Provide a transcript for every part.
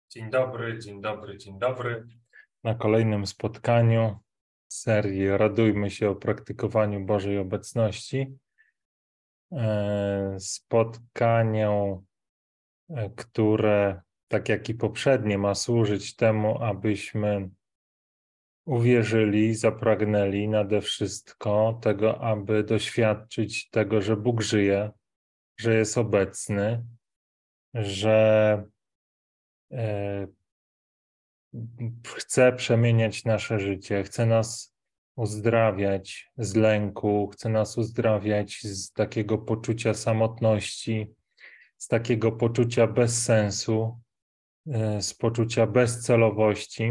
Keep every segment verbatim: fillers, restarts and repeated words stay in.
Dzień dobry, dzień dobry, dzień dobry. Na kolejnym spotkaniu serii Radujmy się o praktykowaniu Bożej obecności. Spotkaniu, które, tak jak i poprzednie, ma służyć temu, abyśmy uwierzyli, zapragnęli nade wszystko tego, aby doświadczyć tego, że Bóg żyje, że jest obecny, że chce przemieniać nasze życie, chce nas uzdrawiać z lęku, chce nas uzdrawiać z takiego poczucia samotności, z takiego poczucia bezsensu, z poczucia bezcelowości.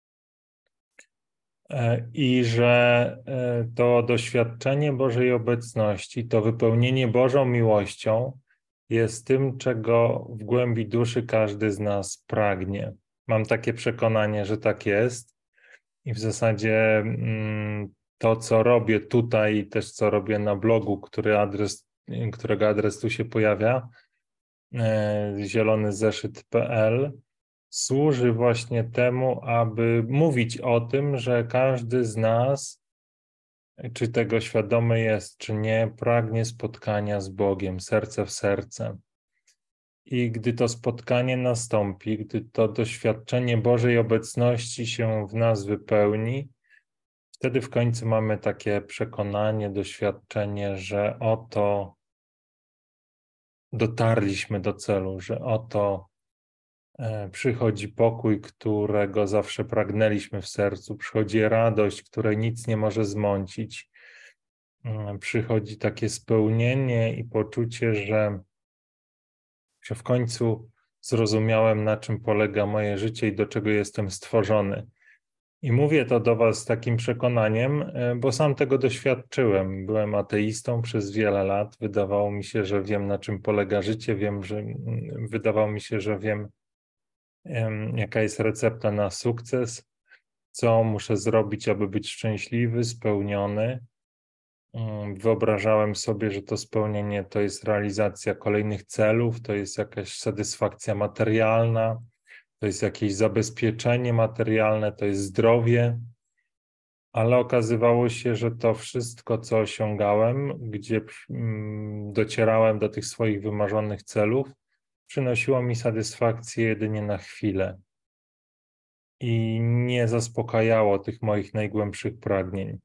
I że to doświadczenie Bożej obecności, to wypełnienie Bożą miłością jest tym, czego w głębi duszy każdy z nas pragnie. Mam takie przekonanie, że tak jest i w zasadzie to, co robię tutaj i też co robię na blogu, który adres, którego adres tu się pojawia, zielony zeszyt kropka p l, służy właśnie temu, aby mówić o tym, że każdy z nas, czy tego świadomy jest, czy nie, pragnie spotkania z Bogiem, serce w serce. I gdy to spotkanie nastąpi, gdy to doświadczenie Bożej obecności się w nas wypełni, wtedy w końcu mamy takie przekonanie, doświadczenie, że oto dotarliśmy do celu, że oto przychodzi pokój, którego zawsze pragnęliśmy w sercu, przychodzi radość, której nic nie może zmącić, przychodzi takie spełnienie i poczucie, że że w końcu zrozumiałem, na czym polega moje życie i do czego jestem stworzony. I mówię to do was z takim przekonaniem, bo sam tego doświadczyłem. Byłem ateistą przez wiele lat. Wydawało mi się, że wiem, na czym polega życie. Wiem, że wydawało mi się, że wiem, jaka jest recepta na sukces, co muszę zrobić, aby być szczęśliwy, spełniony. Wyobrażałem sobie, że to spełnienie to jest realizacja kolejnych celów, to jest jakaś satysfakcja materialna, to jest jakieś zabezpieczenie materialne, to jest zdrowie, ale okazywało się, że to wszystko, co osiągałem, gdzie docierałem do tych swoich wymarzonych celów, przynosiło mi satysfakcję jedynie na chwilę i nie zaspokajało tych moich najgłębszych pragnień.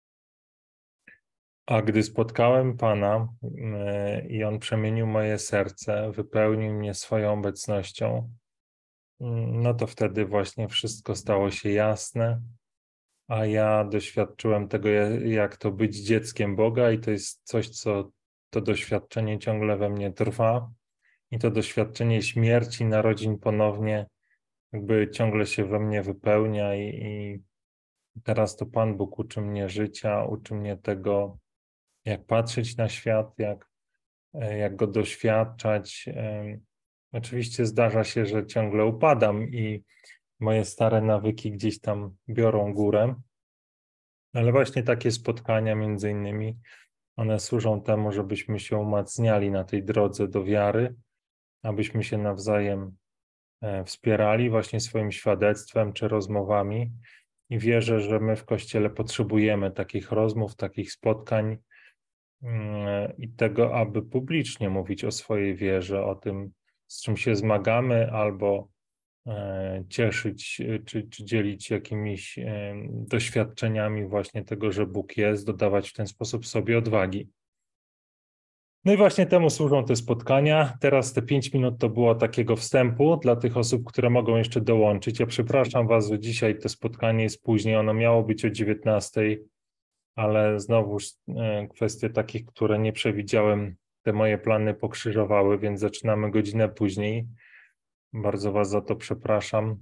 A gdy spotkałem Pana i On przemienił moje serce, wypełnił mnie swoją obecnością, no to wtedy właśnie wszystko stało się jasne, a ja doświadczyłem tego, jak to być dzieckiem Boga i to jest coś, co to doświadczenie ciągle we mnie trwa i to doświadczenie śmierci, narodzin ponownie jakby ciągle się we mnie wypełnia i, i teraz to Pan Bóg uczy mnie życia, uczy mnie tego, jak patrzeć na świat, jak, jak go doświadczać. Oczywiście zdarza się, że ciągle upadam i moje stare nawyki gdzieś tam biorą górę, ale właśnie takie spotkania między innymi, one służą temu, żebyśmy się umacniali na tej drodze do wiary, abyśmy się nawzajem wspierali właśnie swoim świadectwem czy rozmowami i wierzę, że my w Kościele potrzebujemy takich rozmów, takich spotkań, i tego, aby publicznie mówić o swojej wierze, o tym, z czym się zmagamy, albo cieszyć, czy, czy dzielić jakimiś doświadczeniami właśnie tego, że Bóg jest, dodawać w ten sposób sobie odwagi. No i właśnie temu służą te spotkania. Teraz te pięć minut to było takiego wstępu dla tych osób, które mogą jeszcze dołączyć. Ja przepraszam was, że dzisiaj to spotkanie jest później, ono miało być o dziewiętnastej, ale znowuż kwestie takich, które nie przewidziałem, te moje plany pokrzyżowały, więc zaczynamy godzinę później. Bardzo was za to przepraszam.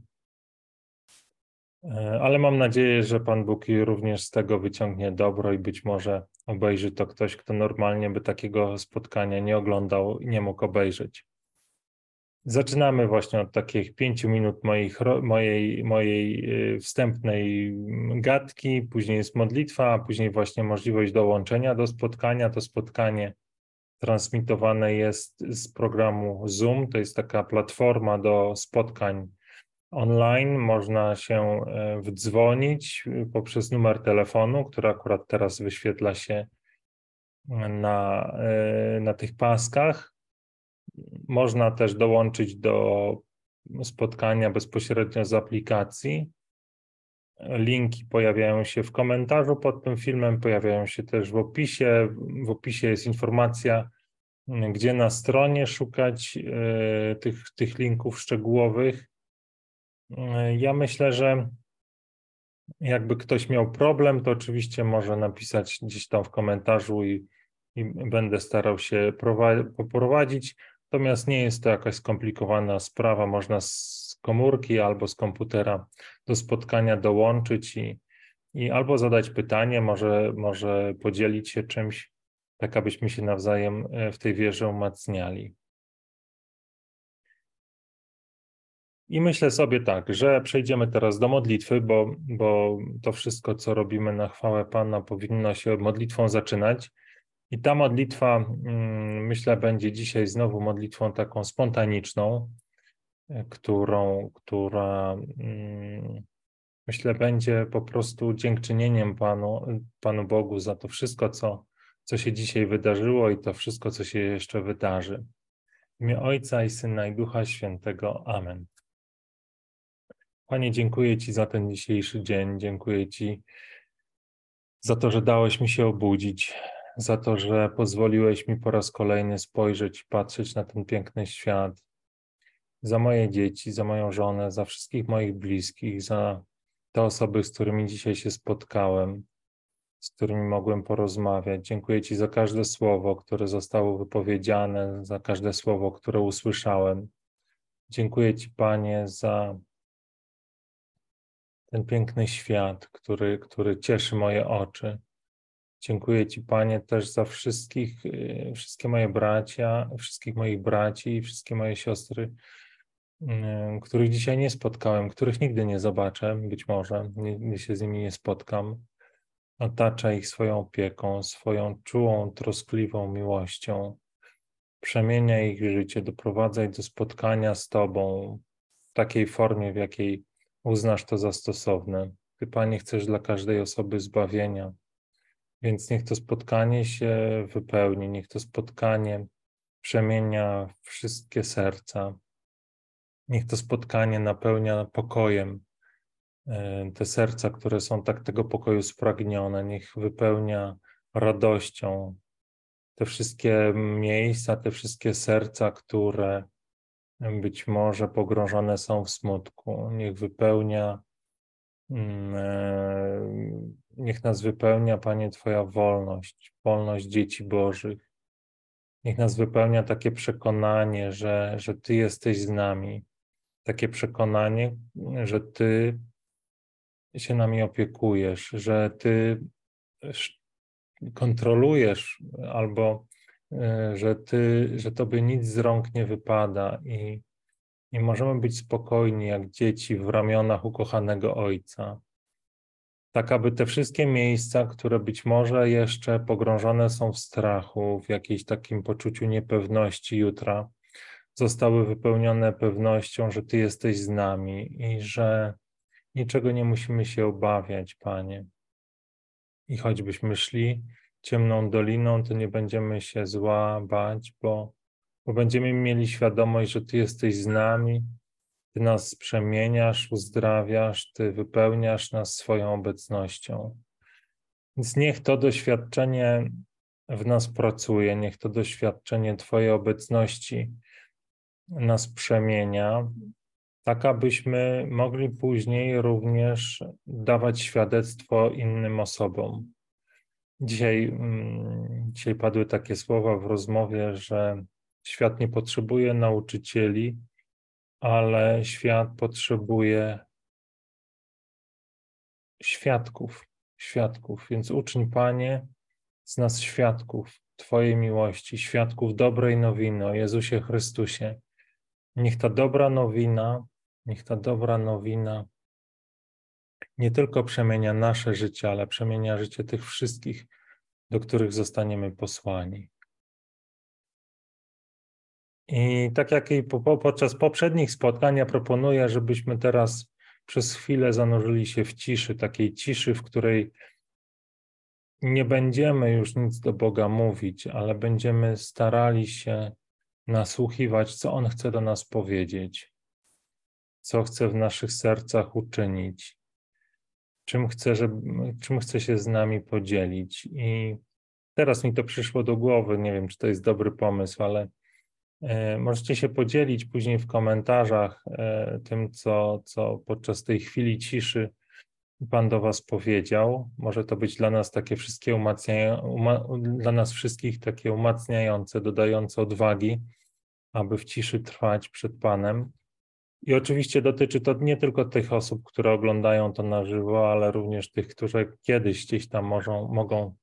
Ale mam nadzieję, że Pan Bóg również z tego wyciągnie dobro i być może obejrzy to ktoś, kto normalnie by takiego spotkania nie oglądał i nie mógł obejrzeć. Zaczynamy właśnie od takich pięciu minut moich, mojej, mojej wstępnej gadki, później jest modlitwa, a później właśnie możliwość dołączenia do spotkania. To spotkanie transmitowane jest z programu Zoom, to jest taka platforma do spotkań online, można się wdzwonić poprzez numer telefonu, który akurat teraz wyświetla się na, na tych paskach. Można też dołączyć do spotkania bezpośrednio z aplikacji. Linki pojawiają się w komentarzu pod tym filmem, pojawiają się też w opisie. W opisie jest informacja, gdzie na stronie szukać tych, tych linków szczegółowych. Ja myślę, że jakby ktoś miał problem, to oczywiście może napisać gdzieś tam w komentarzu i, i będę starał się poprowadzić. Natomiast nie jest to jakaś skomplikowana sprawa. Można z komórki albo z komputera do spotkania dołączyć i, i albo zadać pytanie, może, może podzielić się czymś, tak abyśmy się nawzajem w tej wierze umacniali. I myślę sobie tak, że przejdziemy teraz do modlitwy, bo, bo to wszystko, co robimy na chwałę Pana, powinno się modlitwą zaczynać. I ta modlitwa, myślę, będzie dzisiaj znowu modlitwą taką spontaniczną, którą, która myślę, będzie po prostu dziękczynieniem Panu, Panu Bogu za to wszystko, co, co się dzisiaj wydarzyło i to wszystko, co się jeszcze wydarzy. W imię Ojca i Syna i Ducha Świętego. Amen. Panie, dziękuję Ci za ten dzisiejszy dzień. Dziękuję Ci za to, że dałeś mi się obudzić, za to, że pozwoliłeś mi po raz kolejny spojrzeć i patrzeć na ten piękny świat, za moje dzieci, za moją żonę, za wszystkich moich bliskich, za te osoby, z którymi dzisiaj się spotkałem, z którymi mogłem porozmawiać. Dziękuję Ci za każde słowo, które zostało wypowiedziane, za każde słowo, które usłyszałem. Dziękuję Ci, Panie, za ten piękny świat, który, który cieszy moje oczy. Dziękuję Ci, Panie, też za wszystkich, wszystkie moje bracia, wszystkich moich braci i wszystkie moje siostry, których dzisiaj nie spotkałem, których nigdy nie zobaczę, być może, nigdy się z nimi nie spotkam. Otaczaj ich swoją opieką, swoją czułą, troskliwą miłością. Przemieniaj ich życie, doprowadzaj do spotkania z Tobą w takiej formie, w jakiej uznasz to za stosowne. Ty, Panie, chcesz dla każdej osoby zbawienia, więc niech to spotkanie się wypełni, niech to spotkanie przemienia wszystkie serca. Niech to spotkanie napełnia pokojem te serca, które są tak tego pokoju spragnione. Niech wypełnia radością te wszystkie miejsca, te wszystkie serca, które być może pogrążone są w smutku. Niech wypełnia, niech nas wypełnia, Panie, Twoja wolność, wolność dzieci Bożych. Niech nas wypełnia takie przekonanie, że, że Ty jesteś z nami. Takie przekonanie, że Ty się nami opiekujesz, że Ty kontrolujesz albo że Ty, że Tobie nic z rąk nie wypada i, i możemy być spokojni jak dzieci w ramionach ukochanego Ojca. Tak, aby te wszystkie miejsca, które być może jeszcze pogrążone są w strachu, w jakimś takim poczuciu niepewności jutra, zostały wypełnione pewnością, że Ty jesteś z nami i że niczego nie musimy się obawiać, Panie. I choćbyśmy szli ciemną doliną, to nie będziemy się zła bać, bo, bo będziemy mieli świadomość, że Ty jesteś z nami, Ty nas przemieniasz, uzdrawiasz, Ty wypełniasz nas swoją obecnością. Więc niech to doświadczenie w nas pracuje, niech to doświadczenie Twojej obecności nas przemienia, tak abyśmy mogli później również dawać świadectwo innym osobom. Dzisiaj, dzisiaj padły takie słowa w rozmowie, że świat nie potrzebuje nauczycieli, ale świat potrzebuje świadków, świadków. Więc uczyń, Panie, z nas świadków Twojej miłości, świadków dobrej nowiny o Jezusie Chrystusie. Niech ta dobra nowina, niech ta dobra nowina nie tylko przemienia nasze życie, ale przemienia życie tych wszystkich, do których zostaniemy posłani. I tak jak i po, po, podczas poprzednich spotkań, ja proponuję, żebyśmy teraz przez chwilę zanurzyli się w ciszy, takiej ciszy, w której nie będziemy już nic do Boga mówić, ale będziemy starali się nasłuchiwać, co On chce do nas powiedzieć, co chce w naszych sercach uczynić, czym chce, żeby, czym chce się z nami podzielić. I teraz mi to przyszło do głowy, nie wiem, czy to jest dobry pomysł, ale e, możecie się podzielić później w komentarzach e, tym, co, co podczas tej chwili ciszy Pan do was powiedział. Może to być dla nas takie wszystkie umacniają, uma, dla nas wszystkich takie umacniające, dodające odwagi, aby w ciszy trwać przed Panem. I oczywiście dotyczy to nie tylko tych osób, które oglądają to na żywo, ale również tych, którzy kiedyś gdzieś tam możą, mogą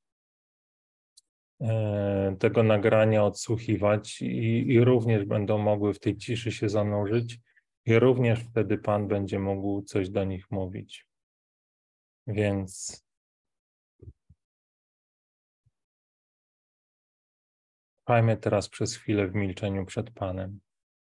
e, tego nagrania odsłuchiwać i, i również będą mogły w tej ciszy się zanurzyć i również wtedy Pan będzie mógł coś do nich mówić. Więc trwajmy teraz przez chwilę w milczeniu przed Panem.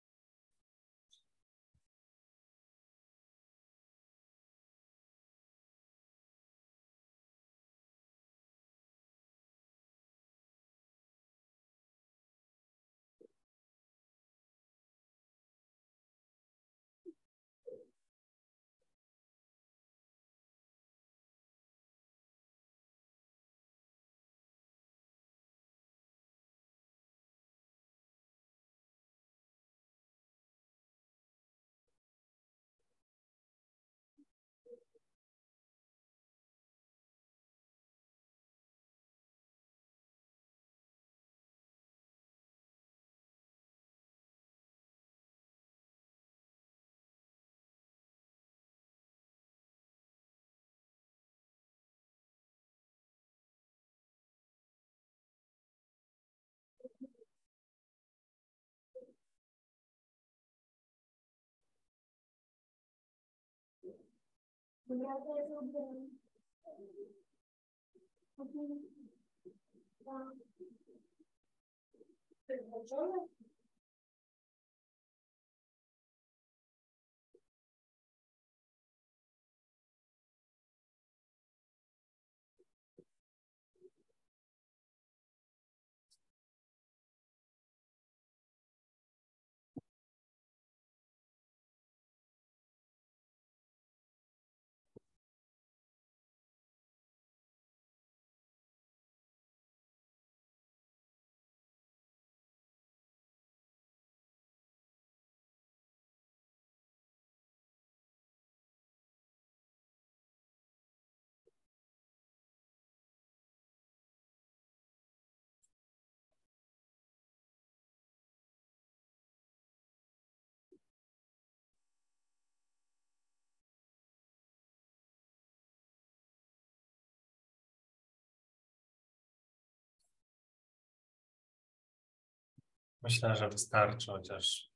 Myślę, że wystarczy, chociaż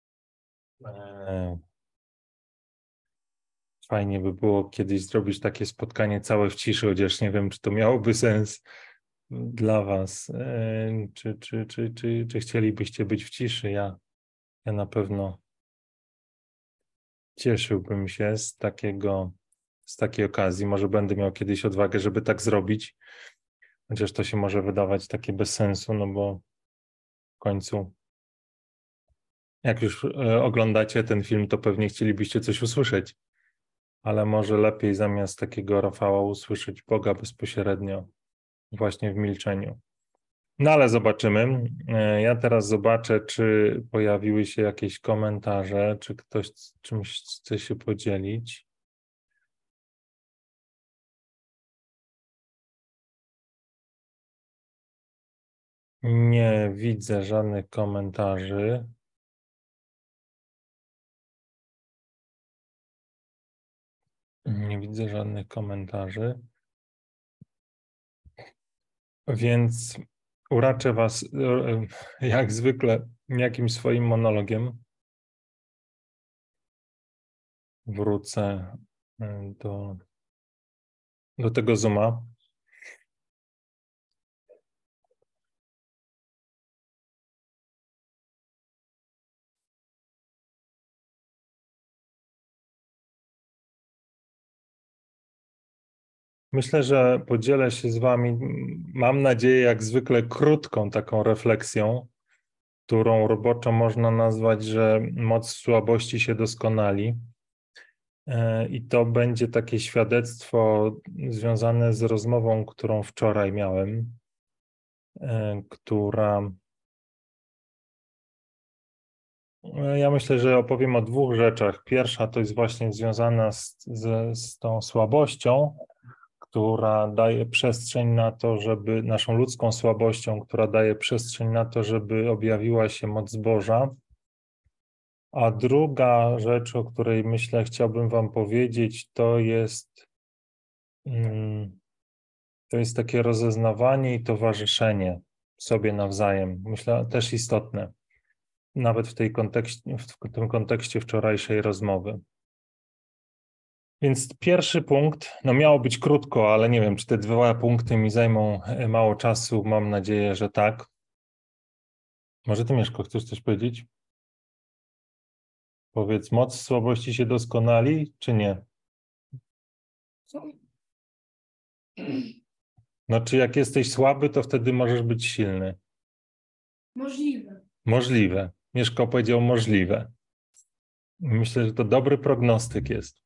e, fajnie by było kiedyś zrobić takie spotkanie całe w ciszy, chociaż nie wiem, czy to miałoby sens dla was. E, czy, czy, czy, czy, czy chcielibyście być w ciszy? Ja, ja na pewno cieszyłbym się z takiego, z takiej okazji. Może będę miał kiedyś odwagę, żeby tak zrobić, chociaż to się może wydawać takie bez sensu, no bo w końcu jak już e, oglądacie ten film, to pewnie chcielibyście coś usłyszeć, ale może lepiej zamiast takiego Rafała usłyszeć Boga bezpośrednio właśnie w milczeniu. No ale zobaczymy. E, Ja teraz zobaczę, czy pojawiły się jakieś komentarze, czy ktoś z czymś chce się podzielić. Nie widzę żadnych komentarzy. Nie widzę żadnych komentarzy. Więc uraczę Was e, jak zwykle jakimś swoim monologiem. Wrócę e, do, do tego Zooma. Myślę, że podzielę się z Wami, mam nadzieję, jak zwykle krótką taką refleksją, którą roboczo można nazwać, że moc słabości się doskonali. I to będzie takie świadectwo związane z rozmową, którą wczoraj miałem, która... Ja myślę, że opowiem o dwóch rzeczach. Pierwsza to jest właśnie związana z, z, z tą słabością, która daje przestrzeń na to, żeby naszą ludzką słabością, która daje przestrzeń na to, żeby objawiła się moc Boża. A druga rzecz, o której myślę chciałbym Wam powiedzieć, to jest, to jest takie rozeznawanie i towarzyszenie sobie nawzajem. Myślę, też istotne, nawet w, tej kontekście, w tym kontekście wczorajszej rozmowy. Więc pierwszy punkt, no miało być krótko, ale nie wiem, czy te dwa punkty mi zajmą mało czasu. Mam nadzieję, że tak. Może Ty, Mieszko, chcesz coś powiedzieć? Powiedz, moc słabości się doskonali, czy nie? No, czy jak jesteś słaby, to wtedy możesz być silny? Możliwe. Możliwe. Mieszko powiedział możliwe. Myślę, że to dobry prognostyk jest.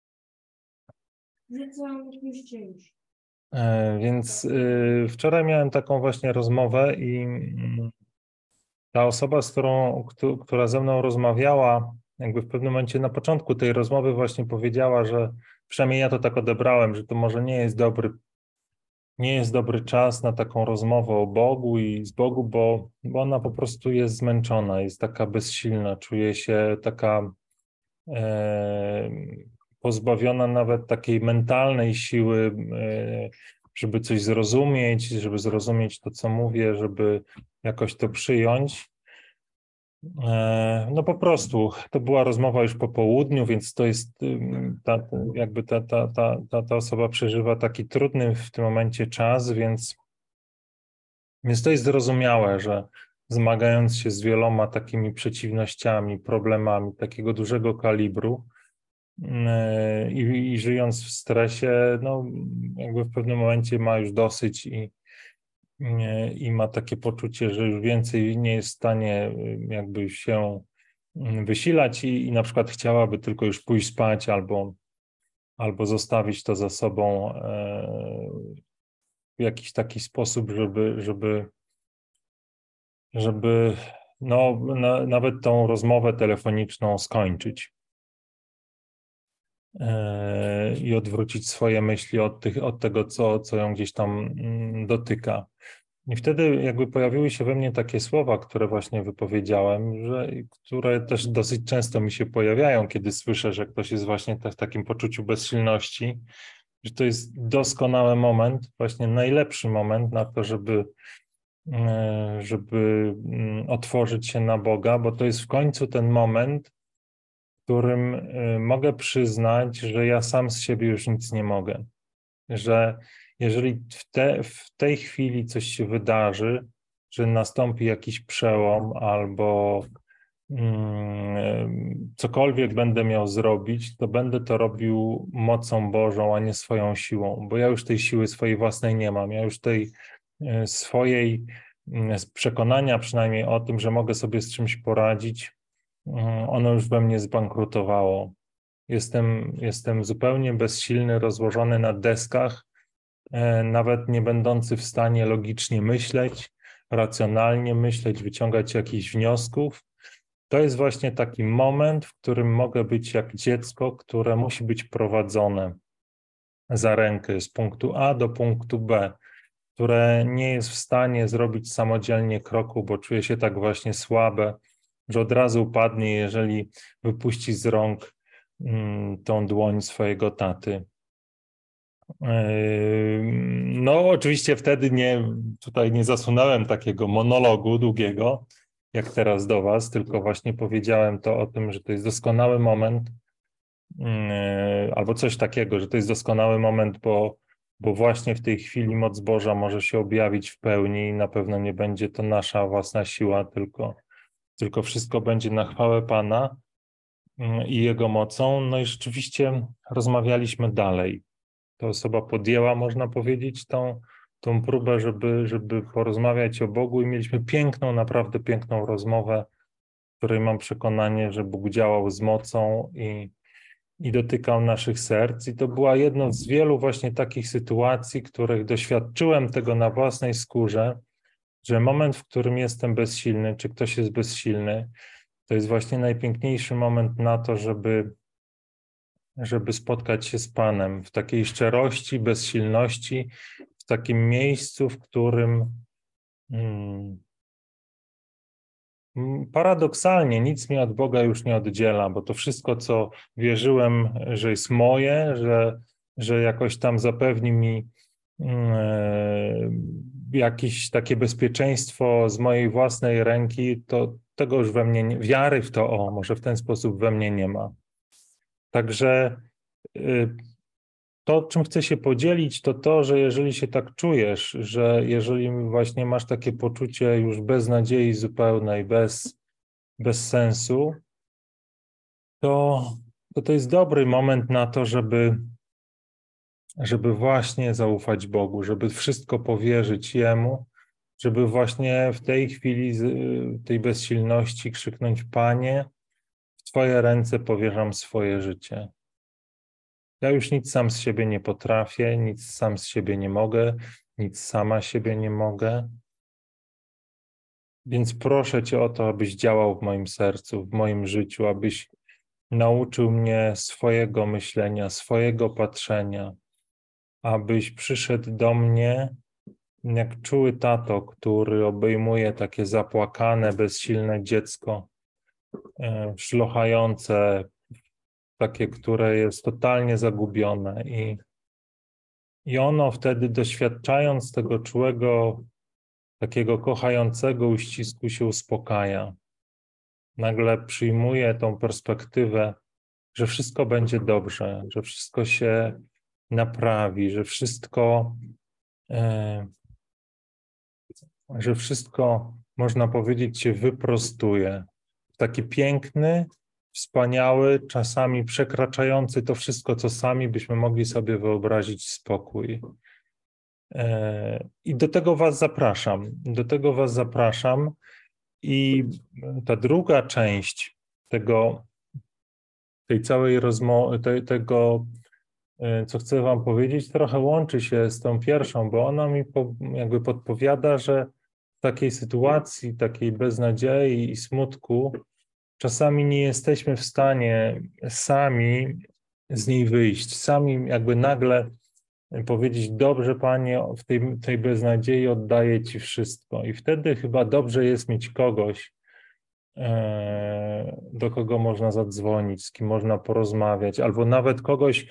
Oczywiście już. E, więc y, wczoraj miałem taką właśnie rozmowę i y, ta osoba, z którą, któ, która ze mną rozmawiała, jakby w pewnym momencie na początku tej rozmowy właśnie powiedziała, że przynajmniej ja to tak odebrałem, że to może nie jest dobry, nie jest dobry czas na taką rozmowę o Bogu i z Bogu, bo, bo ona po prostu jest zmęczona, jest taka bezsilna, czuje się taka e, pozbawiona nawet takiej mentalnej siły, e, żeby coś zrozumieć, żeby zrozumieć to, co mówię, żeby jakoś to przyjąć. No po prostu, to była rozmowa już po południu, więc to jest, ta, jakby ta, ta, ta, ta, ta osoba przeżywa taki trudny w tym momencie czas, więc, więc to jest zrozumiałe, że zmagając się z wieloma takimi przeciwnościami, problemami takiego dużego kalibru i, i żyjąc w stresie, no jakby w pewnym momencie ma już dosyć i i ma takie poczucie, że już więcej nie jest w stanie jakby się wysilać i, i na przykład chciałaby tylko już pójść spać albo, albo zostawić to za sobą e, w jakiś taki sposób, żeby, żeby, żeby no, na, nawet tą rozmowę telefoniczną skończyć e, i odwrócić swoje myśli od, tych, od tego, co, co ją gdzieś tam mm, dotyka. I wtedy jakby pojawiły się we mnie takie słowa, które właśnie wypowiedziałem, że, które też dosyć często mi się pojawiają, kiedy słyszę, że ktoś jest właśnie w takim poczuciu bezsilności, że to jest doskonały moment, właśnie najlepszy moment na to, żeby, żeby otworzyć się na Boga, bo to jest w końcu ten moment, w którym mogę przyznać, że ja sam z siebie już nic nie mogę, że jeżeli w, te, w tej chwili coś się wydarzy, że nastąpi jakiś przełom albo mm, cokolwiek będę miał zrobić, to będę to robił mocą Bożą, a nie swoją siłą, bo ja już tej siły swojej własnej nie mam. Ja już tej y, swojej y, przekonania przynajmniej o tym, że mogę sobie z czymś poradzić, y, ono już we mnie zbankrutowało. Jestem, jestem zupełnie bezsilny, rozłożony na deskach, nawet nie będący w stanie logicznie myśleć, racjonalnie myśleć, wyciągać jakichś wniosków. To jest właśnie taki moment, w którym mogę być jak dziecko, które musi być prowadzone za rękę z punktu A do punktu B, które nie jest w stanie zrobić samodzielnie kroku, bo czuje się tak właśnie słabe, że od razu upadnie, jeżeli wypuści z rąk mm, tą dłoń swojego taty. No, oczywiście wtedy nie, tutaj nie zasunąłem takiego monologu długiego, jak teraz do Was, tylko właśnie powiedziałem to o tym, że to jest doskonały moment, albo coś takiego, że to jest doskonały moment, bo, bo właśnie w tej chwili moc Boża może się objawić w pełni i na pewno nie będzie to nasza własna siła, tylko, tylko wszystko będzie na chwałę Pana i Jego mocą. No i rzeczywiście rozmawialiśmy dalej. ta osoba podjęła, można powiedzieć, tą, tą próbę, żeby, żeby porozmawiać o Bogu i mieliśmy piękną, naprawdę piękną rozmowę, w której mam przekonanie, że Bóg działał z mocą i, i dotykał naszych serc. I to była jedna z wielu właśnie takich sytuacji, których doświadczyłem tego na własnej skórze, że moment, w którym jestem bezsilny, czy ktoś jest bezsilny, to jest właśnie najpiękniejszy moment na to, żeby, żeby spotkać się z Panem w takiej szczerości, bezsilności, w takim miejscu, w którym hmm, paradoksalnie nic mnie od Boga już nie oddziela, bo to wszystko, co wierzyłem, że jest moje, że, że jakoś tam zapewni mi jakieś takie bezpieczeństwo z mojej własnej ręki, to tego już we mnie, nie, wiary w to, o, może w ten sposób we mnie nie ma. Także to, czym chcę się podzielić, to to, że jeżeli się tak czujesz, że jeżeli właśnie masz takie poczucie już beznadziei zupełnej, bez, bez sensu, to, to to jest dobry moment na to, żeby żeby właśnie zaufać Bogu, żeby wszystko powierzyć Jemu, żeby właśnie w tej chwili tej bezsilności krzyknąć: Panie, w Twoje ręce powierzam swoje życie. Ja już nic sam z siebie nie potrafię, nic sam z siebie nie mogę, nic sama siebie nie mogę. Więc proszę Cię o to, abyś działał w moim sercu, w moim życiu, abyś nauczył mnie swojego myślenia, swojego patrzenia, abyś przyszedł do mnie jak czuły tato, który obejmuje takie zapłakane, bezsilne dziecko, szlochające, takie, które jest totalnie zagubione. I, i ono wtedy, doświadczając tego czułego, takiego kochającego uścisku, się uspokaja. Nagle przyjmuje tą perspektywę, że wszystko będzie dobrze, że wszystko się naprawi, że wszystko, e, że wszystko, można powiedzieć, się wyprostuje. Taki piękny, wspaniały, czasami przekraczający to wszystko, co sami byśmy mogli sobie wyobrazić, spokój. E, I do tego was zapraszam. Do tego was zapraszam. I ta druga część tego, tej całej rozmowy, te, tego, co chcę wam powiedzieć, trochę łączy się z tą pierwszą, bo ona mi po, jakby podpowiada, że w takiej sytuacji, takiej beznadziei i smutku, czasami nie jesteśmy w stanie sami z niej wyjść, sami jakby nagle powiedzieć: dobrze, Panie, w tej, tej beznadziei oddaję Ci wszystko. I wtedy chyba dobrze jest mieć kogoś, do kogo można zadzwonić, z kim można porozmawiać, albo nawet kogoś,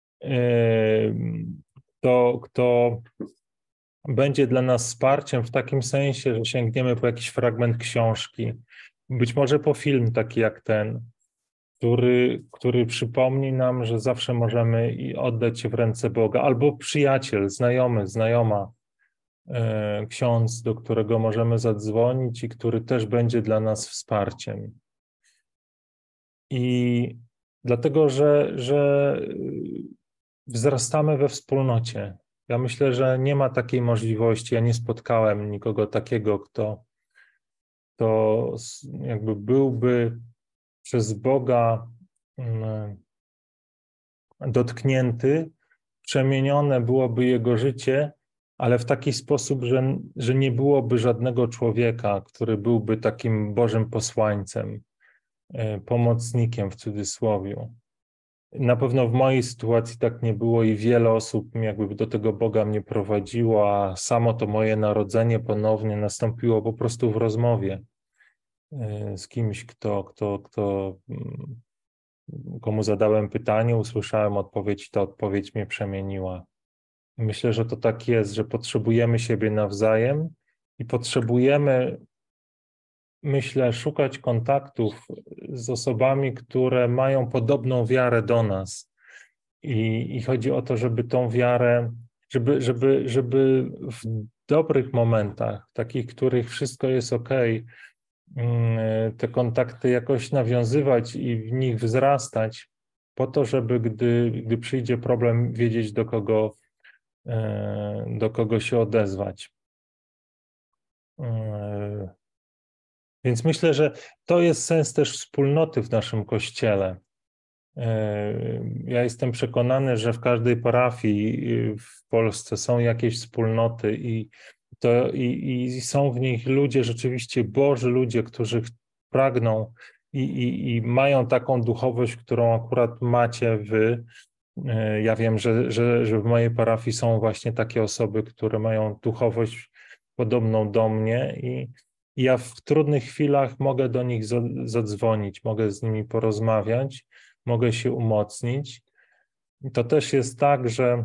kto, kto będzie dla nas wsparciem w takim sensie, że sięgniemy po jakiś fragment książki, być może po film taki jak ten, który, który przypomni nam, że zawsze możemy oddać się w ręce Boga, albo przyjaciel, znajomy, znajoma, e, ksiądz, do którego możemy zadzwonić i który też będzie dla nas wsparciem. I dlatego, że, że wzrastamy we wspólnocie. Ja myślę, że nie ma takiej możliwości. Ja nie spotkałem nikogo takiego, kto, kto jakby byłby przez Boga dotknięty, przemienione byłoby jego życie, ale w taki sposób, że, że nie byłoby żadnego człowieka, który byłby takim Bożym posłańcem, pomocnikiem w cudzysłowie. Na pewno w mojej sytuacji tak nie było i wiele osób jakby do tego Boga mnie prowadziło, a samo to moje narodzenie ponownie nastąpiło po prostu w rozmowie z kimś, kto, kto, kto, komu zadałem pytanie, usłyszałem odpowiedź i ta odpowiedź mnie przemieniła. Myślę, że to tak jest, że potrzebujemy siebie nawzajem i potrzebujemy, myślę, szukać kontaktów z osobami, które mają podobną wiarę do nas. I, i chodzi o to, żeby tą wiarę, żeby, żeby, żeby w dobrych momentach, takich, w których wszystko jest okej, te kontakty jakoś nawiązywać i w nich wzrastać, po to, żeby gdy, gdy przyjdzie problem, wiedzieć, do kogo, do kogo się odezwać. Więc myślę, że to jest sens też wspólnoty w naszym Kościele. Ja jestem przekonany, że w każdej parafii w Polsce są jakieś wspólnoty i, to, i, i są w nich ludzie, rzeczywiście Boży ludzie, którzy pragną i, i, i mają taką duchowość, którą akurat macie wy. Ja wiem, że, że, że w mojej parafii są właśnie takie osoby, które mają duchowość podobną do mnie i, i ja w trudnych chwilach mogę do nich zadzwonić, mogę z nimi porozmawiać, mogę się umocnić. I to też jest tak, że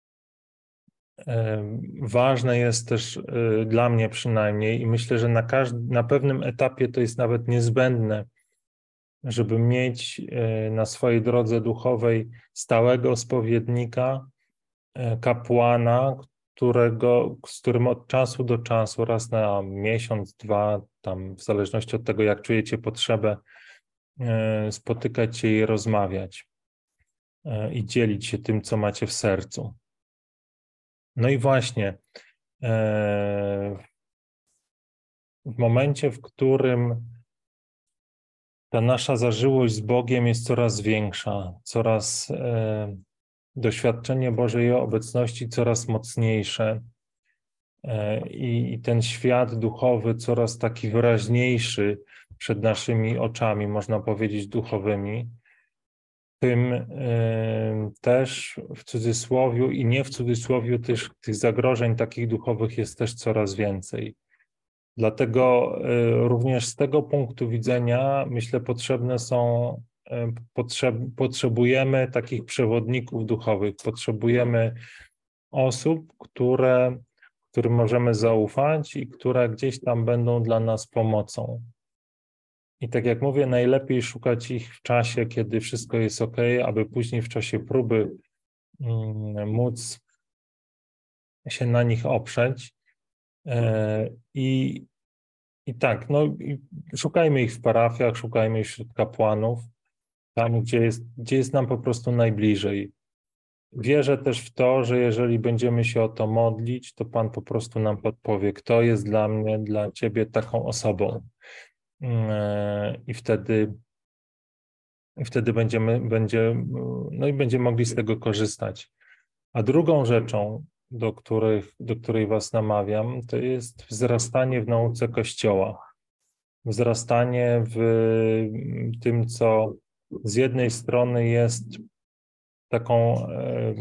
ważne jest też dla mnie przynajmniej i myślę, że na, każdy, na pewnym etapie to jest nawet niezbędne, żeby mieć na swojej drodze duchowej stałego spowiednika, kapłana, którego, z którym od czasu do czasu, raz na miesiąc, dwa, tam w zależności od tego, jak czujecie potrzebę, spotykać się i rozmawiać i dzielić się tym, co macie w sercu. No i właśnie w momencie, w którym ta nasza zażyłość z Bogiem jest coraz większa, coraz doświadczenie Bożej obecności coraz mocniejsze i, i ten świat duchowy coraz taki wyraźniejszy przed naszymi oczami, można powiedzieć, duchowymi, tym y, też w cudzysłowiu i nie w cudzysłowiu też tych zagrożeń takich duchowych jest też coraz więcej. Dlatego y, również z tego punktu widzenia, myślę, potrzebne są, y, potrzeb, potrzebujemy takich przewodników duchowych, potrzebujemy osób, które, którym możemy zaufać i które gdzieś tam będą dla nas pomocą. I tak jak mówię, najlepiej szukać ich w czasie, kiedy wszystko jest ok, aby później w czasie próby um, móc się na nich oprzeć. E, i, I tak, no i szukajmy ich w parafiach, szukajmy ich wśród kapłanów, tam, gdzie jest, gdzie jest nam po prostu najbliżej. Wierzę też w to, że jeżeli będziemy się o to modlić, to Pan po prostu nam podpowie, kto jest dla mnie, dla Ciebie taką osobą. I wtedy, i wtedy będziemy, będzie, no i będziemy mogli z tego korzystać. A drugą rzeczą, do, których, do której Was namawiam, to jest wzrastanie w nauce Kościoła. Wzrastanie w tym, co z jednej strony jest taką e,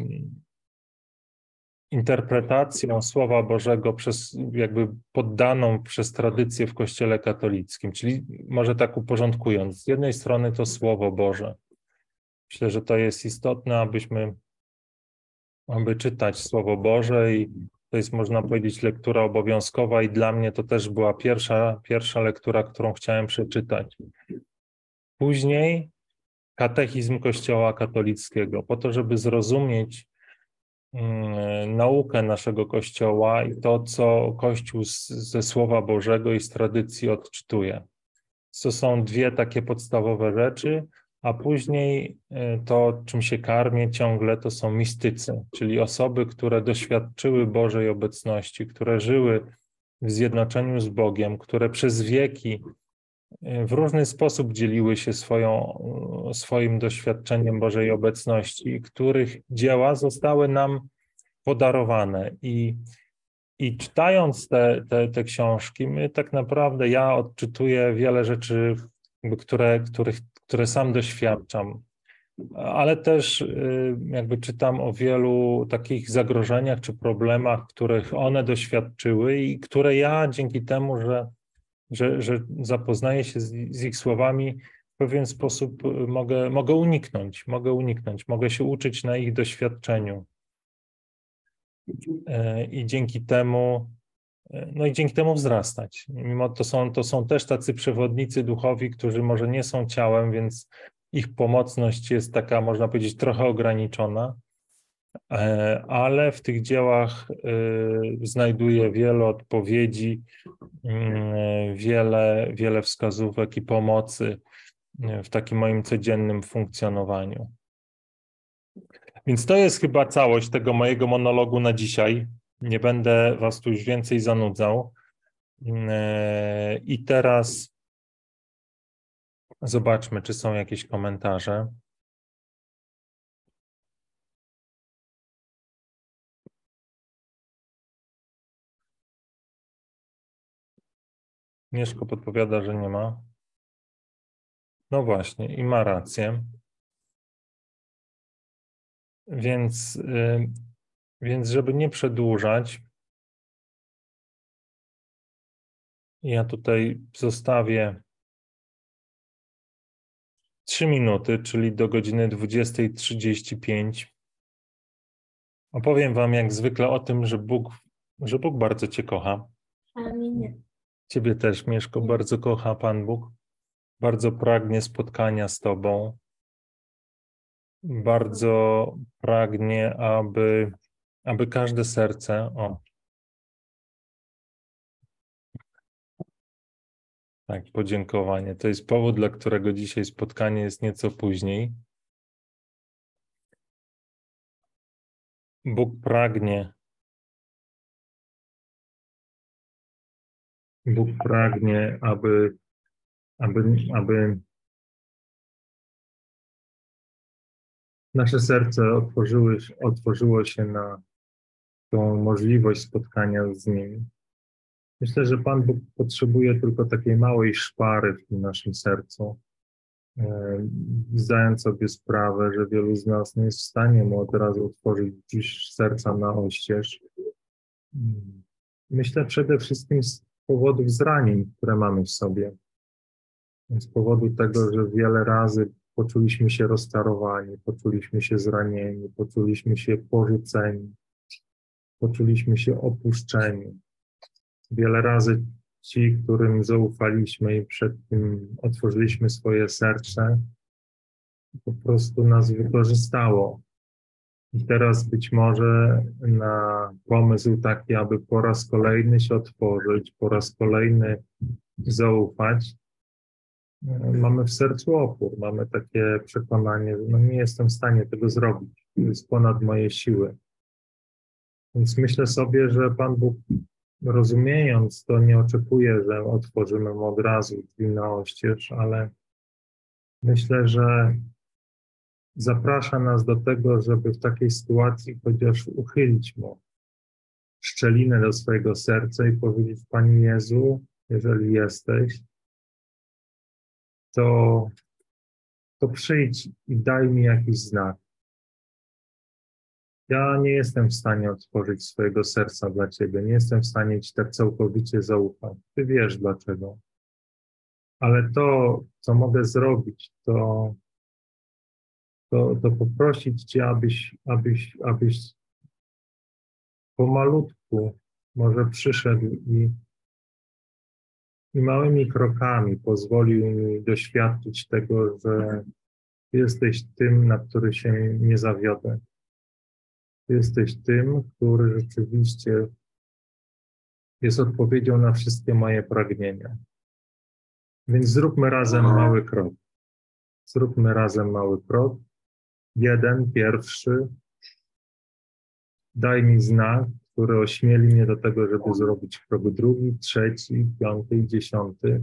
interpretacją Słowa Bożego przez, jakby poddaną przez tradycję w Kościele katolickim, czyli może tak uporządkując, z jednej strony to Słowo Boże. Myślę, że to jest istotne, abyśmy, aby czytać Słowo Boże i to jest, można powiedzieć, lektura obowiązkowa i dla mnie to też była pierwsza, pierwsza lektura, którą chciałem przeczytać. Później katechizm Kościoła katolickiego, po to, żeby zrozumieć naukę naszego Kościoła i to, co Kościół z, ze Słowa Bożego i z tradycji odczytuje. To są dwie takie podstawowe rzeczy, a później to, czym się karmię ciągle, to są mistycy, czyli osoby, które doświadczyły Bożej obecności, które żyły w zjednoczeniu z Bogiem, które przez wieki w różny sposób dzieliły się swoją, swoim doświadczeniem Bożej obecności, których dzieła zostały nam podarowane. I, i czytając te, te, te książki, my tak naprawdę, ja odczytuję wiele rzeczy, które, których, które sam doświadczam, ale też jakby czytam o wielu takich zagrożeniach czy problemach, których one doświadczyły i które ja dzięki temu, że Że, że zapoznaję się z, z ich słowami, w pewien sposób mogę, mogę uniknąć, mogę uniknąć, mogę się uczyć na ich doświadczeniu. I dzięki temu, no i dzięki temu wzrastać. Mimo to są, to są też tacy przewodnicy duchowi, którzy może nie są ciałem, więc ich pomocność jest taka, można powiedzieć, trochę ograniczona, ale w tych dziełach znajduję wiele odpowiedzi, wiele, wiele wskazówek i pomocy w takim moim codziennym funkcjonowaniu. Więc to jest chyba całość tego mojego monologu na dzisiaj. Nie będę was tu już więcej zanudzał. I teraz zobaczmy, czy są jakieś komentarze. Mieszko podpowiada, że nie ma. No właśnie, i ma rację. Więc, yy, więc żeby nie przedłużać, ja tutaj zostawię trzy minuty, czyli do godziny dwudziestej trzydzieści pięć. Opowiem wam jak zwykle o tym, że Bóg, że Bóg bardzo cię kocha. Ale mnie nie. Ciebie też, Mieszko, bardzo kocha Pan Bóg. Bardzo pragnie spotkania z tobą. Bardzo pragnie, aby, aby każde serce... O, tak, podziękowanie. To jest powód, dla którego dzisiaj spotkanie jest nieco później. Bóg pragnie, Bóg pragnie, aby, aby, aby nasze serce otworzyły, otworzyło się na tą możliwość spotkania z Nim. Myślę, że Pan Bóg potrzebuje tylko takiej małej szpary w tym naszym sercu, zdając sobie sprawę, że wielu z nas nie jest w stanie Mu od razu otworzyć dziś serca na oścież. Myślę przede wszystkim z powodów zranień, które mamy w sobie. Z powodu tego, że wiele razy poczuliśmy się rozczarowani, poczuliśmy się zranieni, poczuliśmy się porzuceni, poczuliśmy się opuszczeni. Wiele razy ci, którym zaufaliśmy i przed tym otworzyliśmy swoje serce, po prostu nas wykorzystało. I teraz być może na pomysł taki, aby po raz kolejny się otworzyć, po raz kolejny zaufać, mamy w sercu opór, mamy takie przekonanie, że no nie jestem w stanie tego zrobić, to jest ponad moje siły. Więc myślę sobie, że Pan Bóg, rozumiejąc to, nie oczekuje, że otworzymy Mu od razu drzwi na oścież, ale myślę, że zaprasza nas do tego, żeby w takiej sytuacji chociaż uchylić Mu szczelinę do swojego serca i powiedzieć: Panie Jezu, jeżeli jesteś, to, to przyjdź i daj mi jakiś znak. Ja nie jestem w stanie otworzyć swojego serca dla Ciebie, nie jestem w stanie Ci tak całkowicie zaufać. Ty wiesz dlaczego. Ale to, co mogę zrobić, to, to, to poprosić Cię, abyś, abyś, abyś pomalutku może przyszedł i, i małymi krokami pozwolił mi doświadczyć tego, że Ty jesteś tym, na który się nie zawiodę. Ty jesteś tym, który rzeczywiście jest odpowiedzią na wszystkie moje pragnienia. Więc zróbmy razem mały krok. Zróbmy razem mały krok. Jeden, pierwszy. Daj mi znak, który ośmieli mnie do tego, żeby zrobić krok drugi, trzeci, piąty i dziesiąty.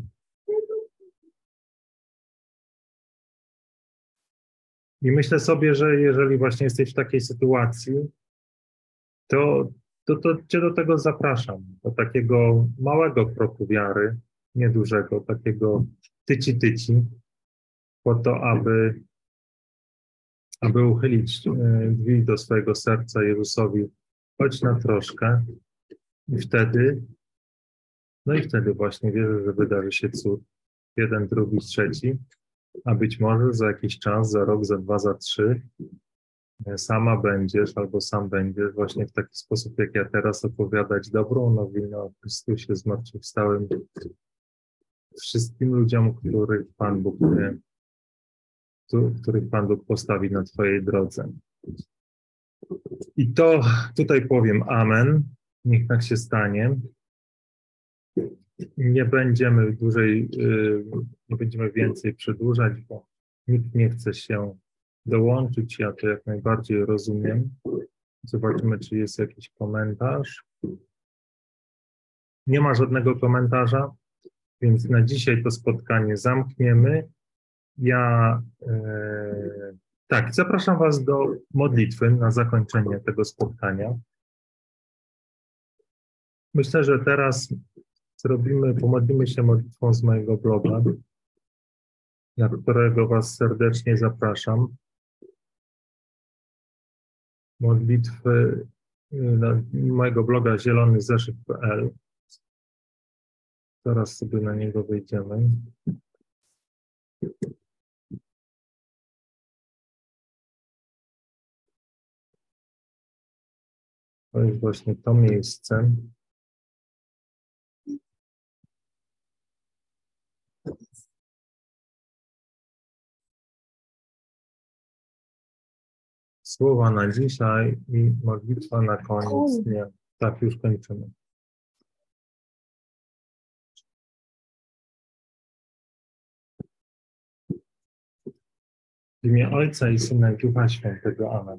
I myślę sobie, że jeżeli właśnie jesteś w takiej sytuacji, to, to, to Cię do tego zapraszam. Do takiego małego kroku wiary, niedużego, takiego tyci-tyci, po to, aby, aby uchylić drzwi do swojego serca Jezusowi, choć na troszkę. I wtedy, no i wtedy właśnie wierzę, że wydarzy się cud. Jeden, drugi, trzeci, a być może za jakiś czas, za rok, za dwa, za trzy, sama będziesz albo sam będziesz właśnie w taki sposób, jak ja teraz, opowiadać dobrą nowinę o Chrystusie zmartwychwstałym wszystkim ludziom, których Pan Bóg, których Pan Bóg postawi na Twojej drodze. I to tutaj powiem amen, niech tak się stanie. Nie będziemy dłużej, nie będziemy więcej przedłużać, bo nikt nie chce się dołączyć, ja to jak najbardziej rozumiem. Zobaczymy, czy jest jakiś komentarz. Nie ma żadnego komentarza, więc na dzisiaj to spotkanie zamkniemy. Ja e, tak, zapraszam Was do modlitwy na zakończenie tego spotkania. Myślę, że teraz zrobimy, pomodlimy się modlitwą z mojego bloga, na którego Was serdecznie zapraszam. Modlitwy na mojego bloga zielony zeszyt kropka p l. Zaraz sobie na niego wejdziemy. To jest właśnie to miejsce. Słowa na dzisiaj i modlitwa na koniec dnia. Tak, już kończymy. W imię Ojca i Syna i Ducha Świętego. Amen.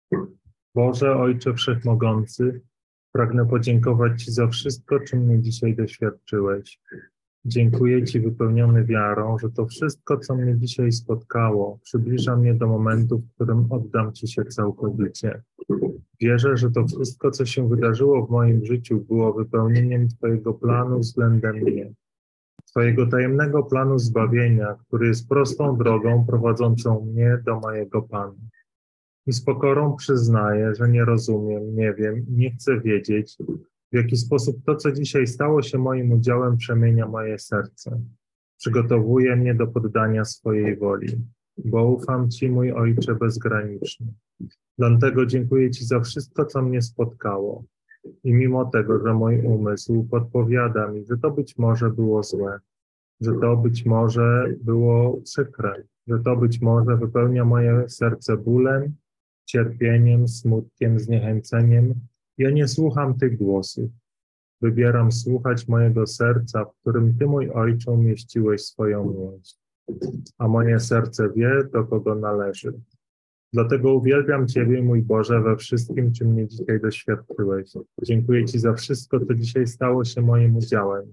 Boże, Ojcze Wszechmogący, pragnę podziękować Ci za wszystko, czym mnie dzisiaj doświadczyłeś. Dziękuję Ci wypełniony wiarą, że to wszystko, co mnie dzisiaj spotkało, przybliża mnie do momentu, w którym oddam Ci się całkowicie. Wierzę, że to wszystko, co się wydarzyło w moim życiu, było wypełnieniem Twojego planu względem mnie. Twojego tajemnego planu zbawienia, który jest prostą drogą prowadzącą mnie do mojego Pana. I z pokorą przyznaję, że nie rozumiem, nie wiem i nie chcę wiedzieć, w jaki sposób to, co dzisiaj stało się moim udziałem, przemienia moje serce. Przygotowuje mnie do poddania swojej woli, bo ufam Ci, mój Ojcze, bezgranicznie. Dlatego dziękuję Ci za wszystko, co mnie spotkało. I mimo tego, że mój umysł podpowiada mi, że to być może było złe, że to być może było przykre, że to być może wypełnia moje serce bólem, cierpieniem, smutkiem, zniechęceniem, ja nie słucham tych głosów. Wybieram słuchać mojego serca, w którym Ty, mój Ojcze, umieściłeś swoją miłość. A moje serce wie, do kogo należy. Dlatego uwielbiam Ciebie, mój Boże, we wszystkim, czym mnie dzisiaj doświadczyłeś. Dziękuję Ci za wszystko, co dzisiaj stało się moim udziałem.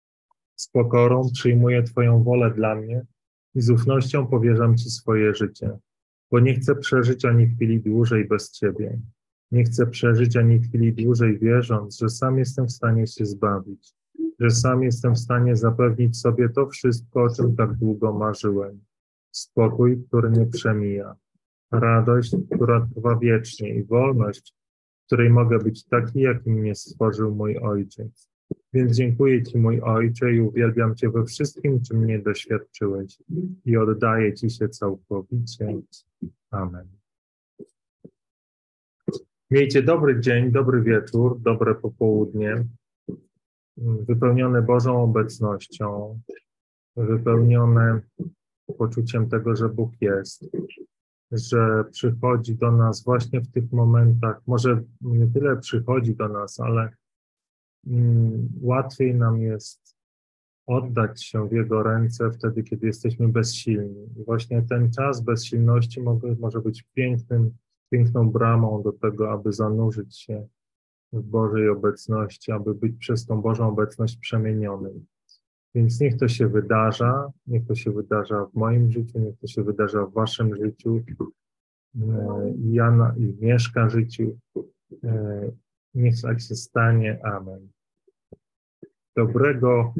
Z pokorą przyjmuję Twoją wolę dla mnie i z ufnością powierzam Ci swoje życie, bo nie chcę przeżyć ani chwili dłużej bez Ciebie. Nie chcę przeżyć ani chwili dłużej wierząc, że sam jestem w stanie się zbawić, że sam jestem w stanie zapewnić sobie to wszystko, o czym tak długo marzyłem. Spokój, który nie przemija. Radość, która trwa wiecznie i wolność, w której mogę być taki, jakim mnie stworzył mój Ojciec. Więc dziękuję Ci, mój Ojcze, i uwielbiam Cię we wszystkim, czym mnie doświadczyłeś i oddaję Ci się całkowicie. Amen. Miejcie dobry dzień, dobry wieczór, dobre popołudnie, wypełnione Bożą obecnością, wypełnione poczuciem tego, że Bóg jest, że przychodzi do nas właśnie w tych momentach, może nie tyle przychodzi do nas, ale mm, łatwiej nam jest oddać się w Jego ręce wtedy, kiedy jesteśmy bezsilni. I właśnie ten czas bezsilności może, może być pięknym, piękną bramą do tego, aby zanurzyć się w Bożej obecności, aby być przez tą Bożą obecność przemienionym. Więc niech to się wydarza, niech to się wydarza w moim życiu, niech to się wydarza w waszym życiu, ja na, i w mieszka życiu. Niech tak się stanie. Amen. Dobrego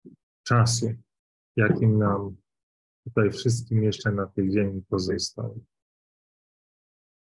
czasu, jakim nam tutaj wszystkim jeszcze na tej ziemi pozostał.